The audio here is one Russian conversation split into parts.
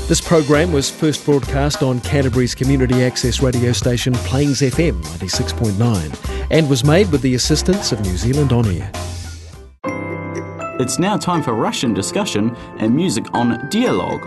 This program was first broadcast on Canterbury's community access radio station Plains FM 96.9 and was made with the assistance of New Zealand On Air. It's now time for Russian discussion and music on Dialogue.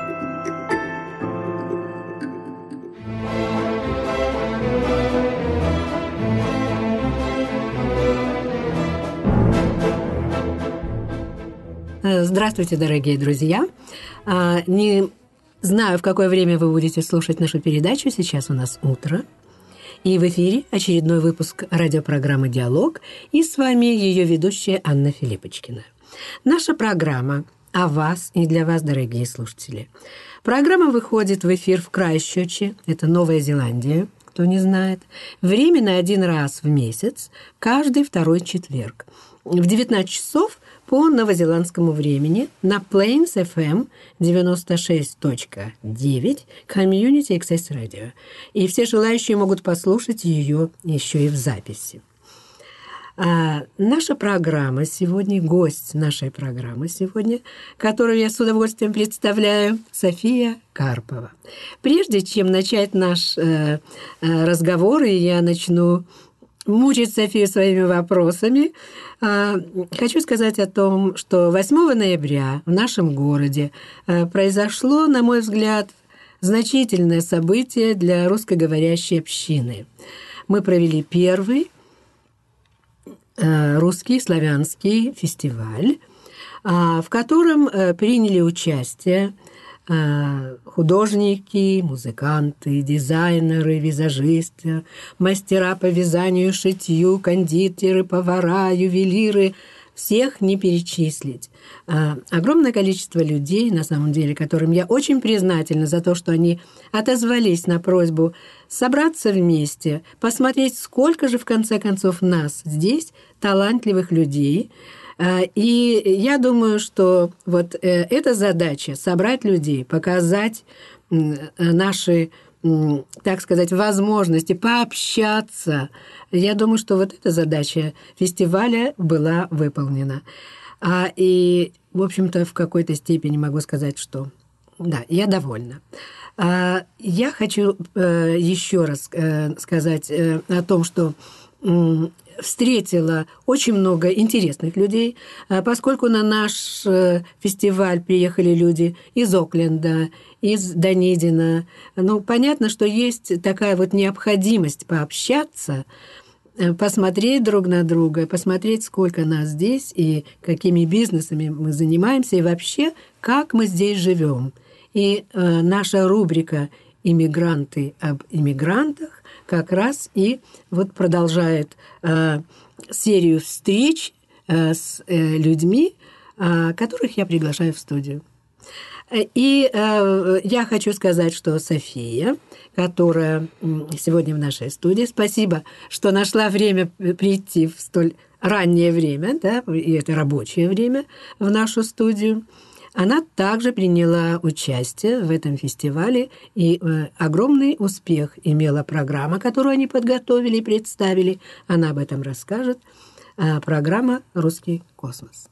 Здравствуйте, дорогие друзья. Не знаю, в какое время вы будете слушать нашу передачу. Сейчас у нас утро. И в эфире очередной выпуск радиопрограммы «Диалог». И с вами ее ведущая Анна Филиппочкина. Наша программа о вас и для вас, дорогие слушатели. Программа выходит в эфир в Крайстчерче, это Новая Зеландия, кто не знает. Временно один раз в месяц, каждый второй четверг. В 19 часов по новозеландскому времени на Plains FM 96.9 Community Access Radio. И все желающие могут послушать ее еще и в записи. Наша программа сегодня, гость нашей программы сегодня, которую я с удовольствием представляю, София Карпова. Прежде чем начать наш разговор, и я начну мучить Софию своими вопросами, хочу сказать о том, что 8 ноября в нашем городе произошло, на мой взгляд, значительное событие для русскоговорящей общины. Мы провели первый русский славянский фестиваль, в котором приняли участие художники, музыканты, дизайнеры, визажисты, мастера по вязанию и шитью, кондитеры, повара, ювелиры. Всех не перечислить. Огромное количество людей, на самом деле, которым я очень признательна за то, что они отозвались на просьбу собраться вместе, посмотреть, сколько же, в конце концов, нас здесь, талантливых людей. И я думаю, что вот эта задача – собрать людей, показать наши, так сказать, возможности, пообщаться. Я думаю, что вот эта задача фестиваля была выполнена. И, в общем-то, в какой-то степени могу сказать, что да, я довольна. Я хочу еще раз сказать о том, что встретила очень много интересных людей, поскольку на наш фестиваль приехали люди из Окленда, из Данидина. Ну, понятно, что есть такая вот необходимость пообщаться, посмотреть друг на друга, посмотреть, сколько нас здесь и какими бизнесами мы занимаемся, и вообще, как мы здесь живем. И наша рубрика «Иммигранты об иммигрантах» как раз и вот продолжает серию встреч с людьми, которых я приглашаю в студию. И я хочу сказать, что София, которая сегодня в нашей студии, спасибо, что нашла время прийти в столь раннее время, да, и это рабочее время, в нашу студию. Она также приняла участие в этом фестивале, и огромный успех имела программа, которую они подготовили и представили. Она об этом расскажет. Программа «Русский космос».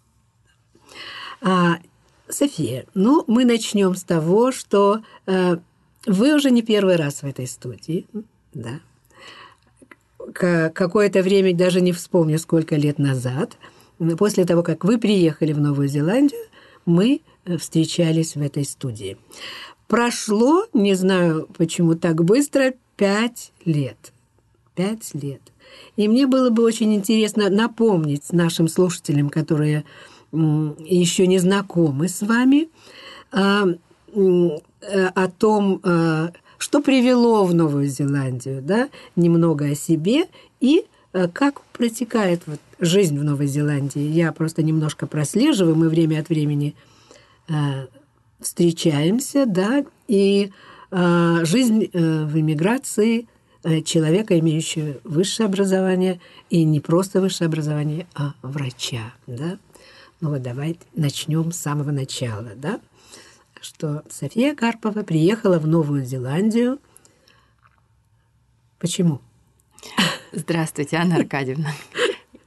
София, ну, мы начнем с того, что вы уже не первый раз в этой студии, да. Какое-то время, даже не вспомню, сколько лет назад, после того, как вы приехали в Новую Зеландию, мы встречались в этой студии. Прошло, не знаю, почему так быстро, 5 лет. 5 лет. И мне было бы очень интересно напомнить нашим слушателям, которые еще не знакомы с вами, о том, что привело в Новую Зеландию, да, немного о себе и как протекает вот жизнь в Новой Зеландии. Я просто немножко прослеживаю, мы время от времени встречаемся, да, и жизнь в эмиграции человека, имеющего высшее образование, и не просто высшее образование, а врача, да. Ну вот давайте начнем с самого начала, да, что София Карпова приехала в Новую Зеландию. Почему? Здравствуйте, Анна Аркадьевна.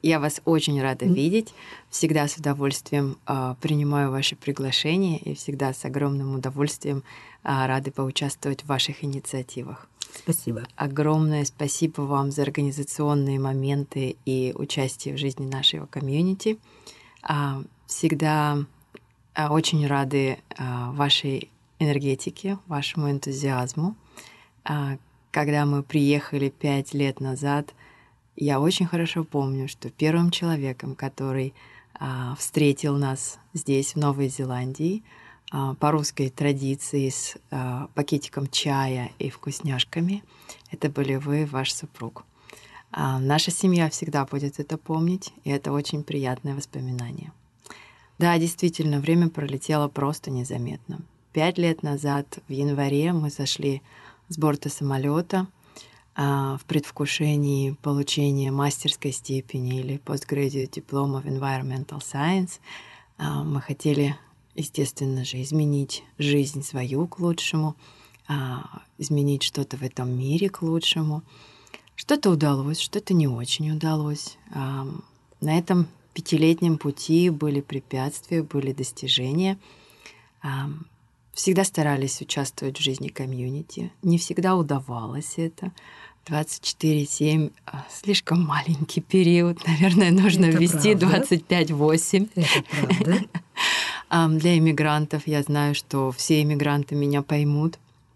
Я вас очень рада видеть. Всегда с удовольствием принимаю ваши приглашения и всегда с огромным удовольствием рады поучаствовать в ваших инициативах. Спасибо. Огромное спасибо вам за организационные моменты и участие в жизни нашего комьюнити. Всегда очень рады вашей энергетике, вашему энтузиазму. Когда мы приехали 5 лет назад, я очень хорошо помню, что первым человеком, который встретил нас здесь, в Новой Зеландии, по русской традиции с пакетиком чая и вкусняшками, это были вы, ваш супруг. Наша семья всегда будет это помнить, и это очень приятное воспоминание. Да, действительно, время пролетело просто незаметно. 5 лет назад, в январе, мы сошли с борта самолета в предвкушении получения мастерской степени или Postgraduate Diploma of Environmental Science. Мы хотели, естественно же, изменить жизнь свою к лучшему, изменить что-то в этом мире к лучшему. Что-то удалось, что-то не очень удалось. На этом 5-летнем пути были препятствия, были достижения. Всегда старались участвовать в жизни комьюнити. Не всегда удавалось это. 24/7 слишком маленький период. Наверное, нужно это ввести 25/8. Это правда. Для иммигрантов я знаю, что все иммигранты меня поймут.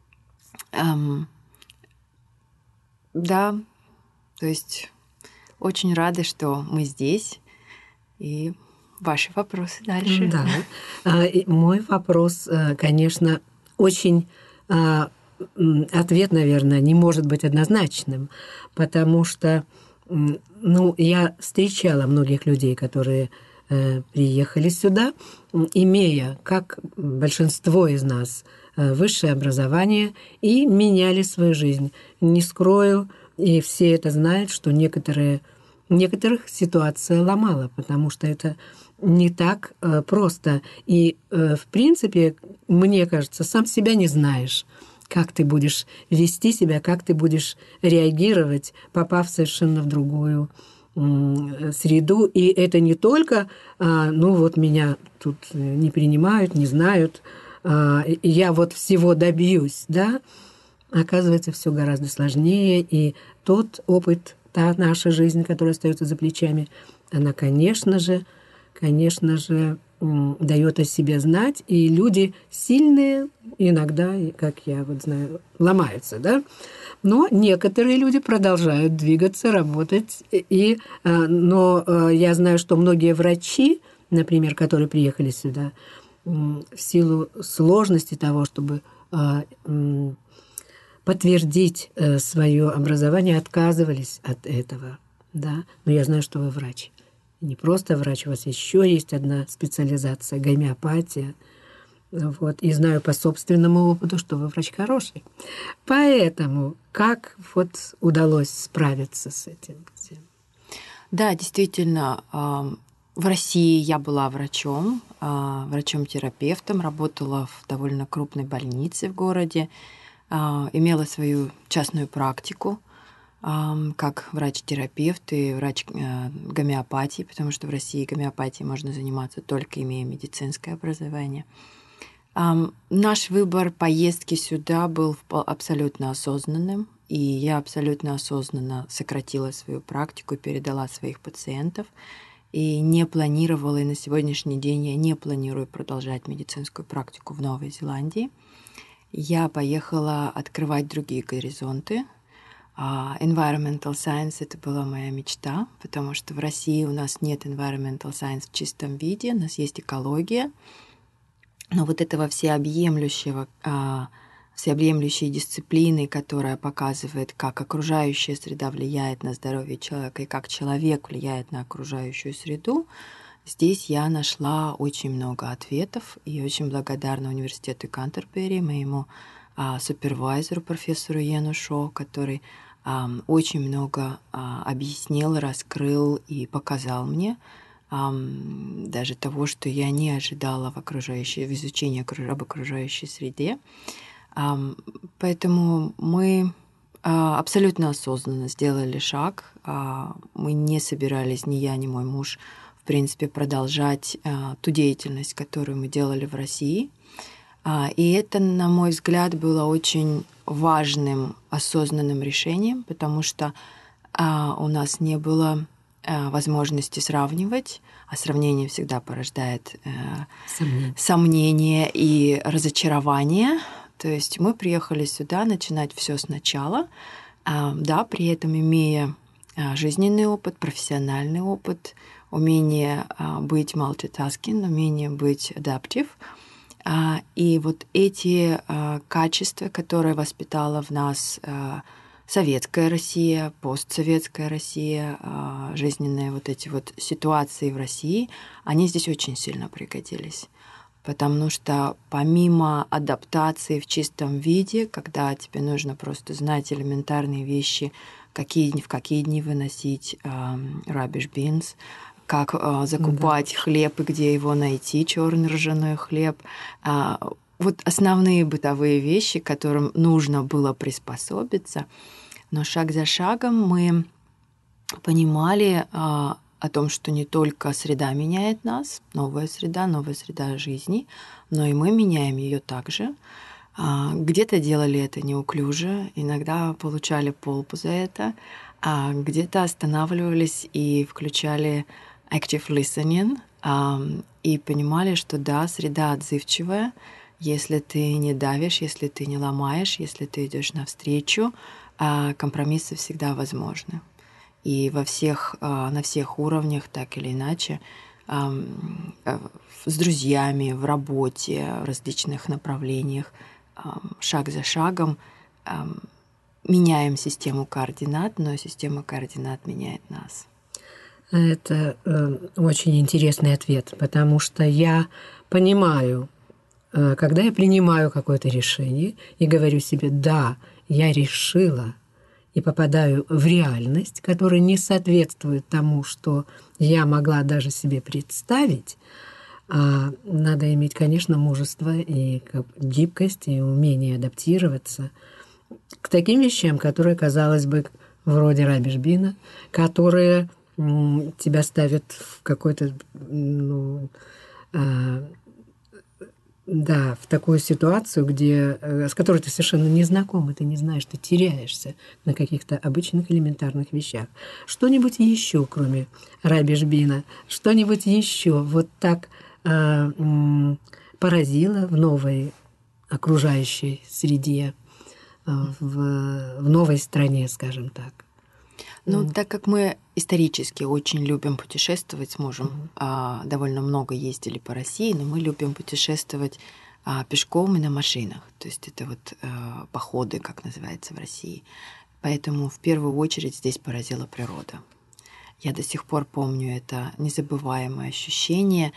Да, то есть очень рада, что мы здесь. И ваши вопросы дальше. Да. Мой вопрос, конечно, очень... Ответ, наверное, не может быть однозначным, потому что я встречала многих людей, которые приехали сюда, имея, как большинство из нас, высшее образование, и меняли свою жизнь. Не скрою, и все это знают, что некоторых ситуация ломала, потому что это не так просто. И, в принципе, мне кажется, сам себя не знаешь, как ты будешь вести себя, как ты будешь реагировать, попав совершенно в другую среду. И это не только, меня тут не принимают, не знают, я вот всего добьюсь, да? Оказывается, все гораздо сложнее, и тот опыт, та наша жизнь, которая остается за плечами, она, конечно же, дает о себе знать, и люди сильные иногда, как я вот знаю, ломаются, да? Но некоторые люди продолжают двигаться, работать, но я знаю, что многие врачи, например, которые приехали сюда, в силу сложности того, чтобы подтвердить свое образование, отказывались от этого, да? Но я знаю, что вы врач. Не просто врач, у вас еще есть одна специализация — гомеопатия. Вот. И знаю по собственному опыту, что вы врач хороший. Поэтому как вот удалось справиться с этим всем? Да, действительно, в России я была врачом-терапевтом, работала в довольно крупной больнице в городе, имела свою частную практику как врач-терапевт и врач гомеопатии, потому что в России гомеопатией можно заниматься только имея медицинское образование. Наш выбор поездки сюда был абсолютно осознанным, и я абсолютно осознанно сократила свою практику, передала своих пациентов, и не планировала, и на сегодняшний день я не планирую продолжать медицинскую практику в Новой Зеландии. Я поехала открывать другие горизонты. Environmental Science — это была моя мечта, потому что в России у нас нет Environmental Science в чистом виде, у нас есть экология, но вот этого всеобъемлющей дисциплины, которая показывает, как окружающая среда влияет на здоровье человека и как человек влияет на окружающую среду, здесь я нашла очень много ответов и очень благодарна университету Кантербери, моему супервайзеру, профессору Йену Шо, который очень много объяснил, раскрыл и показал мне даже того, что я не ожидала в изучении об окружающей среде. Поэтому мы абсолютно осознанно сделали шаг. Мы не собирались, ни я, ни мой муж, в принципе, продолжать ту деятельность, которую мы делали в России. И это, на мой взгляд, было очень важным, осознанным решением, потому что у нас не было возможности сравнивать, а сравнение всегда порождает сомнения и разочарование. То есть мы приехали сюда начинать все сначала, да, при этом имея жизненный опыт, профессиональный опыт, умение быть multitasking, умение быть adaptive. И вот эти качества, которые воспитала в нас советская Россия, постсоветская Россия, жизненные вот эти вот ситуации в России, они здесь очень сильно пригодились. Потому что помимо адаптации в чистом виде, когда тебе нужно просто знать элементарные вещи, в какие дни выносить rubbish bins, как закупать хлеб и где его найти, черный ржаной хлеб. Вот основные бытовые вещи, к которым нужно было приспособиться. Но шаг за шагом мы понимали о том, что не только среда меняет нас, новая среда жизни, но и мы меняем ее также. Где-то делали это неуклюже, иногда получали полпу за это, а где-то останавливались и включали active listening и понимали, что да, среда отзывчивая. Если ты не давишь, если ты не ломаешь, если ты идешь навстречу, компромиссы всегда возможны. И на всех уровнях, так или иначе, с друзьями, в работе, в различных направлениях, шаг за шагом меняем систему координат, но система координат меняет нас. Это очень интересный ответ, потому что я понимаю, когда я принимаю какое-то решение и говорю себе «да, я решила», и попадаю в реальность, которая не соответствует тому, что я могла даже себе представить, надо иметь, конечно, мужество и гибкость, и умение адаптироваться к таким вещам, которые, казалось бы, вроде рабиш-бина, которые тебя ставят в какой-то, в такую ситуацию, с которой ты совершенно не знаком, и ты не знаешь, ты теряешься на каких-то обычных элементарных вещах. Что-нибудь еще, кроме рабиш-бина, что-нибудь еще вот так поразило в новой окружающей среде, в новой стране, скажем так? Так как мы исторически очень любим путешествовать с мужем, довольно много ездили по России, но мы любим путешествовать пешком и на машинах. То есть это вот походы, как называется в России. Поэтому в первую очередь здесь поразила природа. Я до сих пор помню это незабываемое ощущение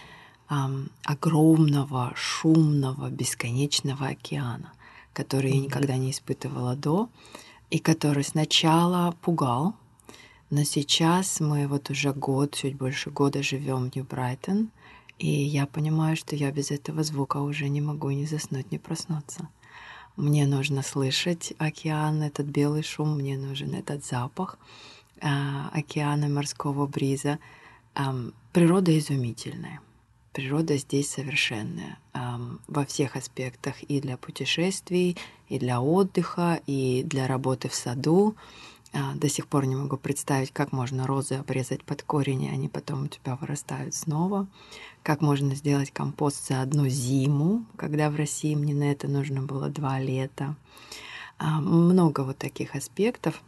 огромного, шумного, бесконечного океана, который я никогда не испытывала до, и который сначала пугал. Но сейчас мы вот уже чуть больше года живем в Нью-Брайтон, и я понимаю, что я без этого звука уже не могу ни заснуть, ни проснуться. Мне нужно слышать океан, этот белый шум, мне нужен этот запах океана, морского бриза. Природа изумительная. Природа здесь совершенная во всех аспектах, и для путешествий, и для отдыха, и для работы в саду. До сих пор не могу представить, как можно розы обрезать под корень, и они потом у тебя вырастают снова. Как можно сделать компост за одну зиму, когда в России мне на это нужно было 2 лета. Много вот таких аспектов.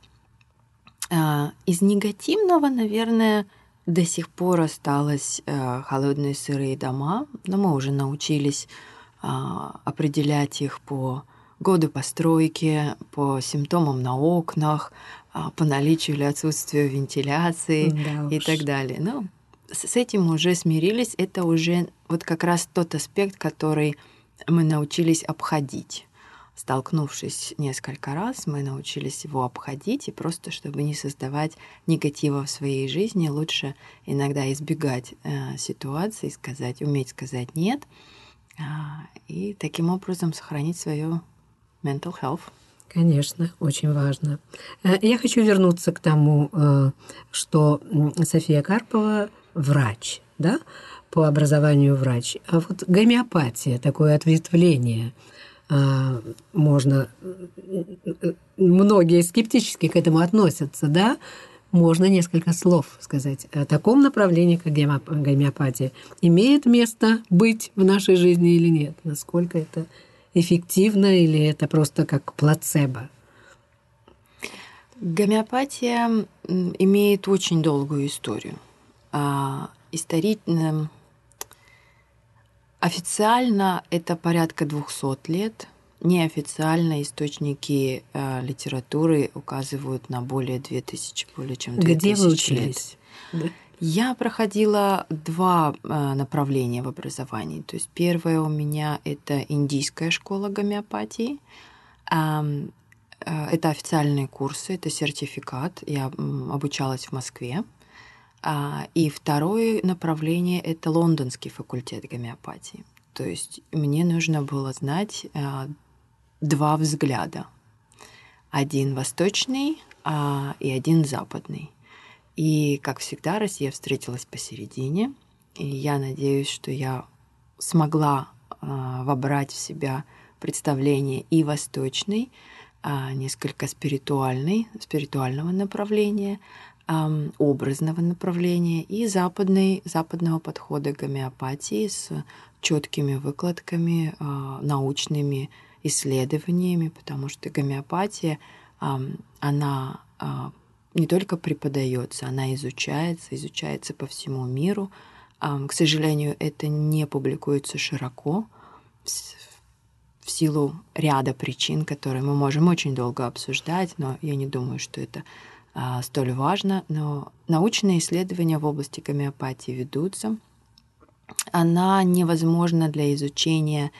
Из негативного, наверное, до сих пор осталось холодные сырые дома, но мы уже научились определять их по году постройки, по симптомам на окнах, по наличию или отсутствию вентиляции и так далее. Но с этим мы уже смирились. Это уже вот как раз тот аспект, который мы научились обходить. Столкнувшись несколько раз, мы научились его обходить, и просто, чтобы не создавать негатива в своей жизни, лучше иногда избегать ситуации, уметь сказать «нет», и таким образом сохранить свое mental health. Конечно, очень важно. Я хочу вернуться к тому, что София Карпова врач, да, по образованию врач. А вот гомеопатия, такое ответвление, можно... Многие скептически к этому относятся, да? Можно несколько слов сказать о таком направлении, как гомеопатия. Имеет место быть в нашей жизни или нет? Насколько это эффективно или это просто как плацебо? Гомеопатия имеет очень долгую историю. Официально это порядка 200 лет. Неофициально источники литературы указывают на более 2000, более чем 2000 Где вы лет. учились? Да. Я проходила 2 направления в образовании. То есть первое у меня – это индийская школа гомеопатии. Это официальные курсы, это сертификат. Я обучалась в Москве. И второе направление – это лондонский факультет гомеопатии. То есть мне нужно было знать 2 взгляда. Один восточный и один западный. И, как всегда, Россия встретилась посередине. И я надеюсь, что я смогла вобрать в себя представление и восточный, несколько спиритуального направления, образного направления, и западного подхода к гомеопатии с четкими выкладками, научными исследованиями, потому что гомеопатия, она не только преподается, она изучается по всему миру. К сожалению, это не публикуется широко в силу ряда причин, которые мы можем очень долго обсуждать, но я не думаю, что это столь важно. Но научные исследования в области гомеопатии ведутся. Она невозможна для изучения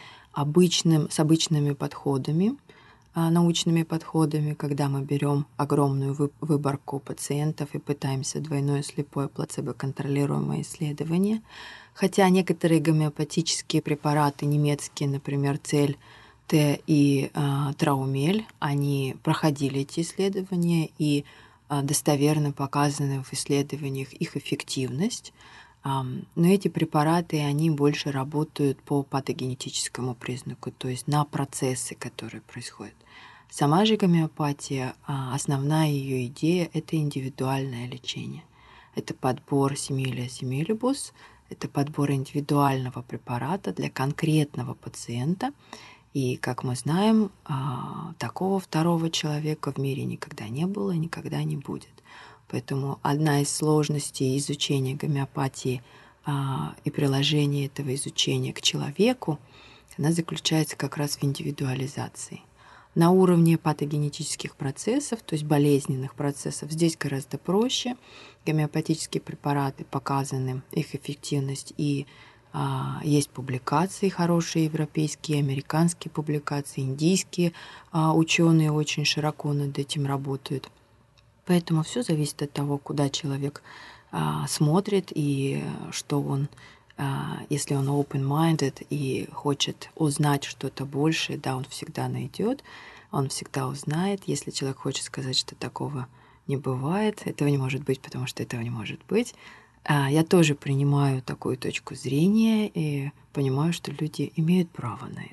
с обычными подходами, научными подходами, когда мы берем огромную выборку пациентов и пытаемся двойное слепое плацебо-контролируемое исследование. Хотя некоторые гомеопатические препараты немецкие, например, Цель Т и Траумель, они проходили эти исследования и достоверно показаны в исследованиях их эффективность. Но эти препараты, они больше работают по патогенетическому признаку, то есть на процессы, которые происходят. Сама же гомеопатия, основная ее идея – это индивидуальное лечение. Это подбор Similia similibus, это подбор индивидуального препарата для конкретного пациента. И, как мы знаем, такого второго человека в мире никогда не было и никогда не будет. Поэтому одна из сложностей изучения гомеопатии и приложения этого изучения к человеку, она заключается как раз в индивидуализации. На уровне патогенетических процессов, то есть болезненных процессов, здесь гораздо проще. Гомеопатические препараты показаны, их эффективность, и есть публикации хорошие, европейские, американские публикации, индийские ученые очень широко над этим работают. Поэтому все зависит от того, куда человек смотрит и что он, если он open-minded и хочет узнать что-то большее, да, он всегда найдет, он всегда узнает. Если человек хочет сказать, что такого не бывает, этого не может быть, потому что этого не может быть, я тоже принимаю такую точку зрения и понимаю, что люди имеют право на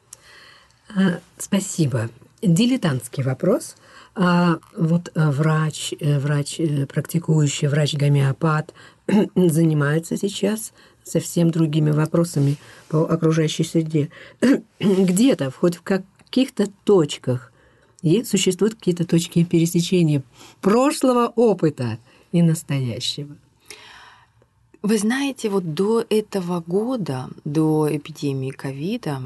это. Спасибо. Дилетантский вопрос. Вот врач, практикующий врач-гомеопат занимается сейчас совсем другими вопросами по окружающей среде. Где-то, хоть в каких-то точках, существуют какие-то точки пересечения прошлого опыта и настоящего. Вы знаете, вот до этого года, до эпидемии ковида,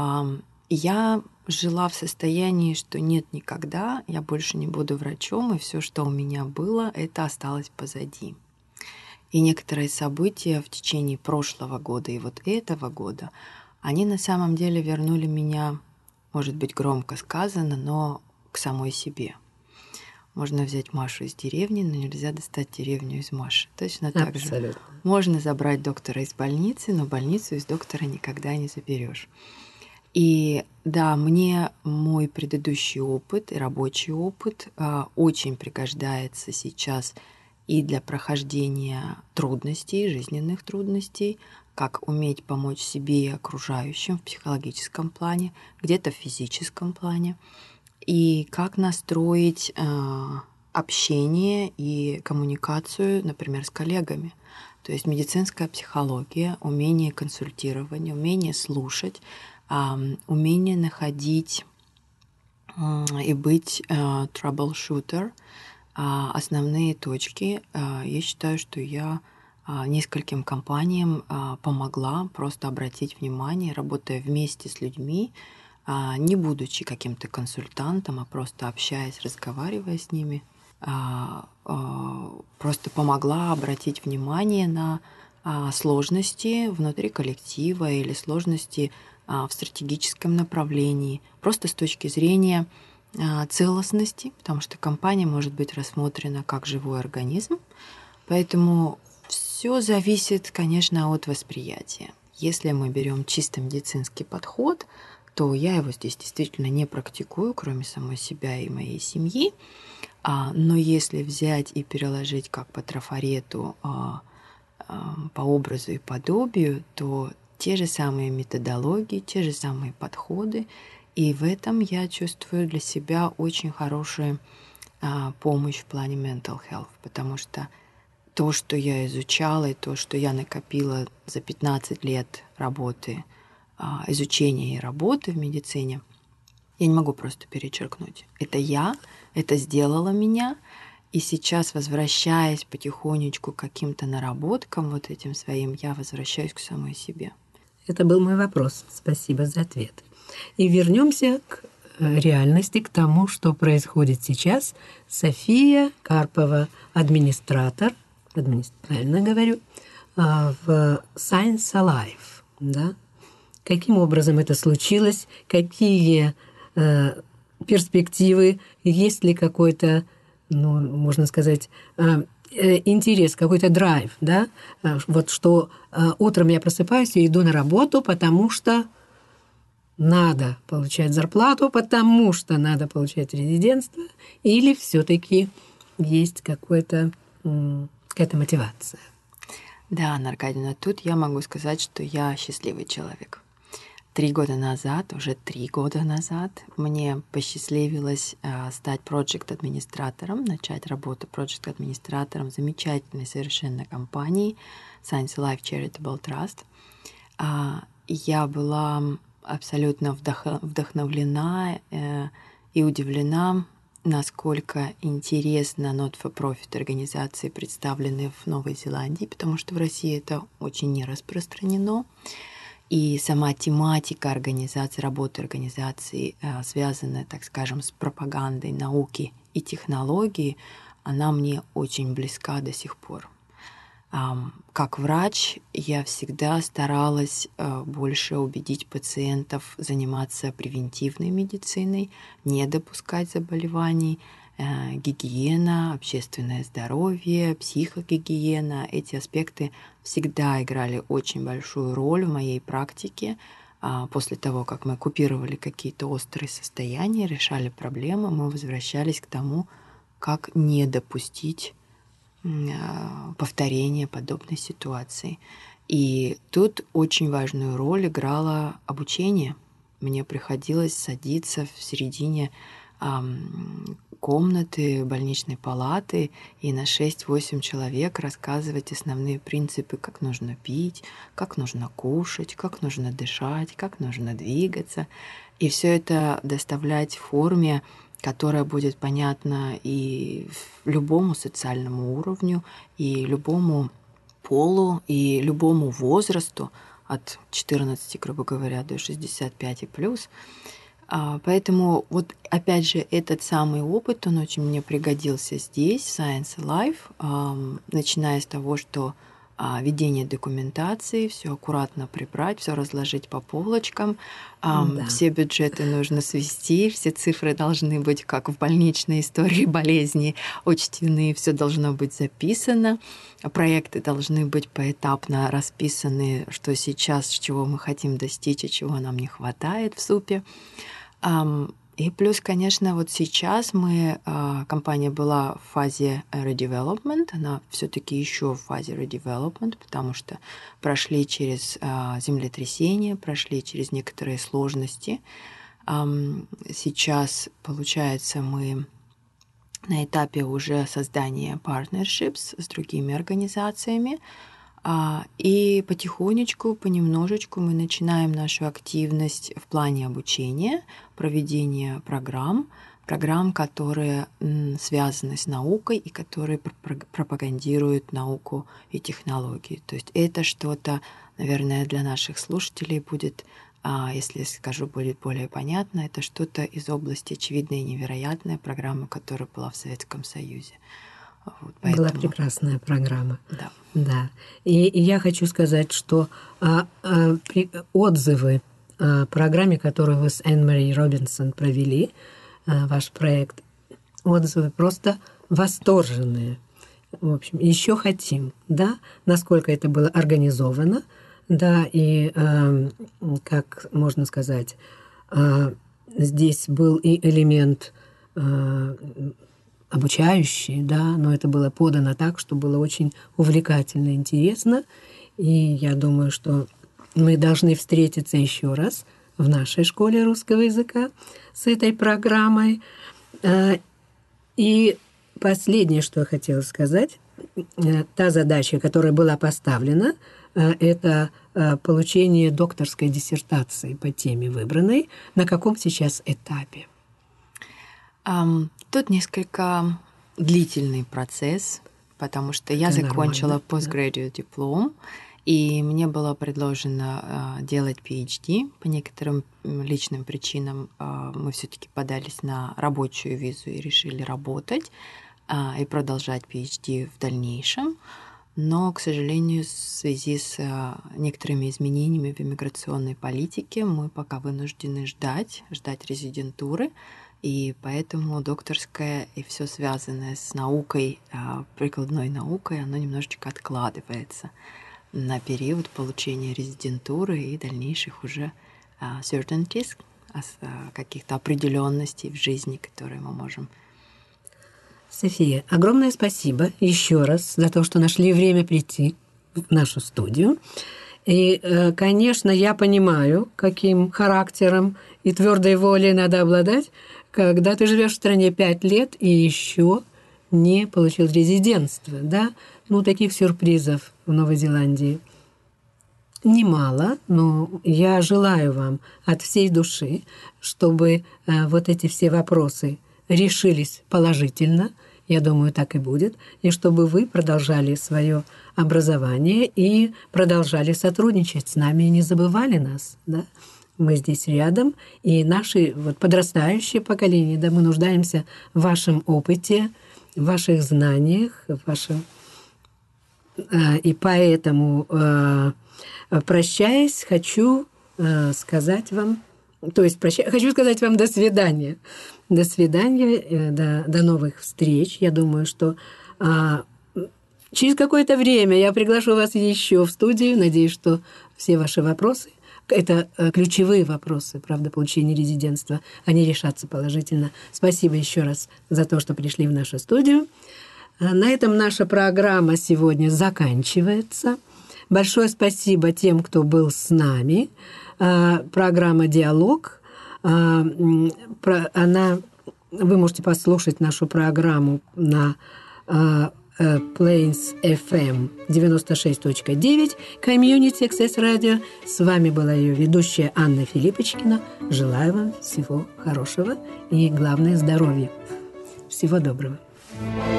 я жила в состоянии, что нет, никогда, я больше не буду врачом, и все, что у меня было, это осталось позади. И некоторые события в течение прошлого года и вот этого года, они на самом деле вернули меня, может быть, громко сказано, но к самой себе. Можно взять Машу из деревни, но нельзя достать деревню из Маши. Точно так Абсолютно. же. Можно забрать доктора из больницы, но больницу из доктора никогда не заберешь. И да, мне мой предыдущий опыт и рабочий опыт очень пригождается сейчас и для прохождения трудностей, жизненных трудностей, как уметь помочь себе и окружающим в психологическом плане, где-то в физическом плане, и как настроить общение и коммуникацию, например, с коллегами. То есть медицинская психология, умение консультирования, умение слушать, умение находить и быть troubleshooter, основные точки. Я считаю, что я нескольким компаниям помогла просто обратить внимание, работая вместе с людьми, не будучи каким-то консультантом, а просто общаясь, разговаривая с ними, просто помогла обратить внимание на сложности внутри коллектива или сложности в стратегическом направлении, просто с точки зрения целостности, потому что компания может быть рассмотрена как живой организм. Поэтому все зависит, конечно, от восприятия. Если мы берем чисто медицинский подход, то я его здесь действительно не практикую, кроме самой себя и моей семьи. Но если взять и переложить как по трафарету, по образу и подобию, то те же самые методологии, те же самые подходы. И в этом я чувствую для себя очень хорошую помощь в плане mental health, потому что то, что я изучала, и то, что я накопила за 15 лет работы, изучения и работы в медицине, я не могу просто перечеркнуть. Это сделало меня, и сейчас, возвращаясь потихонечку к каким-то наработкам вот этим своим, я возвращаюсь к самой себе. Это был мой вопрос. Спасибо за ответ. И вернемся к реальности, к тому, что происходит сейчас. София Карпова, администратор, правильно говорю, в Science Alive. Да? Каким образом это случилось? Какие перспективы? Есть ли какой-то, можно сказать, интерес, какой-то драйв, да? Вот что утром я просыпаюсь и иду на работу, потому что надо получать зарплату, потому что надо получать резидентство, или все-таки есть какая-то мотивация? Да, Анна Аркадьевна, тут я могу сказать, что я счастливый человек. 3 года назад, уже 3 года назад, мне посчастливилось стать проект-администратором, начать работу проект-администратором замечательной совершенно компании Science Alive Charitable Trust. Я была абсолютно вдохновлена и удивлена, насколько интересно not-for-profit организации представлены в Новой Зеландии, потому что в России это очень не распространено. И сама тематика организации, работы организации, связанная, так скажем, с пропагандой науки и технологии, она мне очень близка до сих пор. Как врач я всегда старалась больше убедить пациентов заниматься превентивной медициной, не допускать заболеваний, гигиена, общественное здоровье, психогигиена. Эти аспекты всегда играли очень большую роль в моей практике. После того, как мы купировали какие-то острые состояния, решали проблемы, мы возвращались к тому, как не допустить повторения подобной ситуации. И тут очень важную роль играло обучение. Мне приходилось садиться в середине комнаты больничной палаты и на 6-8 человек рассказывать основные принципы, как нужно пить, как нужно кушать, как нужно дышать, как нужно двигаться. И все это доставлять в форме, которая будет понятна и любому социальному уровню, и любому полу, и любому возрасту от 14, грубо говоря, до 65 и плюс. Поэтому вот опять же этот самый опыт, он очень мне пригодился здесь, в Science Alive, начиная с того, что ведение документации, все аккуратно прибрать, все разложить по полочкам. Все бюджеты нужно свести, все цифры должны быть, как в больничной истории болезни, учтены, все должно быть записано. Проекты должны быть поэтапно расписаны, что сейчас, чего мы хотим достичь, и чего нам не хватает в СУПе. И плюс, конечно, вот сейчас компания была в фазе redevelopment, она все-таки еще в фазе redevelopment, потому что прошли через землетрясения, прошли через некоторые сложности. Сейчас, получается, мы на этапе уже создания partnerships с другими организациями, и потихонечку, понемножечку мы начинаем нашу активность в плане обучения, проведения программ, которые связаны с наукой и которые пропагандируют науку и технологии. То есть это что-то, наверное, для наших слушателей будет, если скажу, будет более понятно, это что-то из области очевидной и невероятной программы, которая была в Советском Союзе. Вот, поэтому... Была прекрасная программа. Да. И я хочу сказать, что отзывы о программе, которую вы с Энн-Мари Робинсон провели, ваш проект, отзывы просто восторженные. В общем, еще хотим, да, насколько это было организовано, да, и, как можно сказать, здесь был и элемент обучающий, да, но это было подано так, что было очень увлекательно, интересно. И я думаю, что мы должны встретиться еще раз в нашей школе русского языка с этой программой. И последнее, что я хотела сказать, та задача, которая была поставлена, это получение докторской диссертации по теме выбранной. На каком сейчас этапе? Тут несколько длительный процесс, потому что я закончила postgraduate диплом, и мне было предложено делать PhD. По некоторым личным причинам мы все-таки подались на рабочую визу и решили работать и продолжать PhD в дальнейшем. Но, к сожалению, в связи с некоторыми изменениями в иммиграционной политике мы пока вынуждены ждать резидентуры. И поэтому докторская и все связанное с наукой, прикладной наукой, оно немножечко откладывается на период получения резидентуры и дальнейших уже certainties, каких-то определенностей в жизни, которые мы можем. София, огромное спасибо еще раз за то, что нашли время прийти в нашу студию. И, конечно, я понимаю, каким характером и твердой волей надо обладать, когда ты живешь в стране 5 лет и еще не получил резидентство, да? Ну, таких сюрпризов в Новой Зеландии немало, но я желаю вам от всей души, чтобы вот эти все вопросы решились положительно, я думаю, так и будет, и чтобы вы продолжали свое образование и продолжали сотрудничать с нами и не забывали нас, да? Мы здесь рядом, и наши вот подрастающее поколение, да, мы нуждаемся в вашем опыте, в ваших знаниях, в вашем... И поэтому, прощаясь, хочу сказать вам, хочу сказать вам до свидания. До свидания, до новых встреч. Я думаю, что через какое-то время я приглашу вас еще в студию. Надеюсь, что все ваши вопросы, это ключевые вопросы, правда, получения резидентства, они решатся положительно. Спасибо еще раз за то, что пришли в нашу студию. На этом наша программа сегодня заканчивается. Большое спасибо тем, кто был с нами. Программа «Диалог». Вы можете послушать нашу программу на Plains FM 96.9, Community Access Radio. С вами была ее ведущая Анна Филиппочкина. Желаю вам всего хорошего и, главное, здоровья. Всего доброго.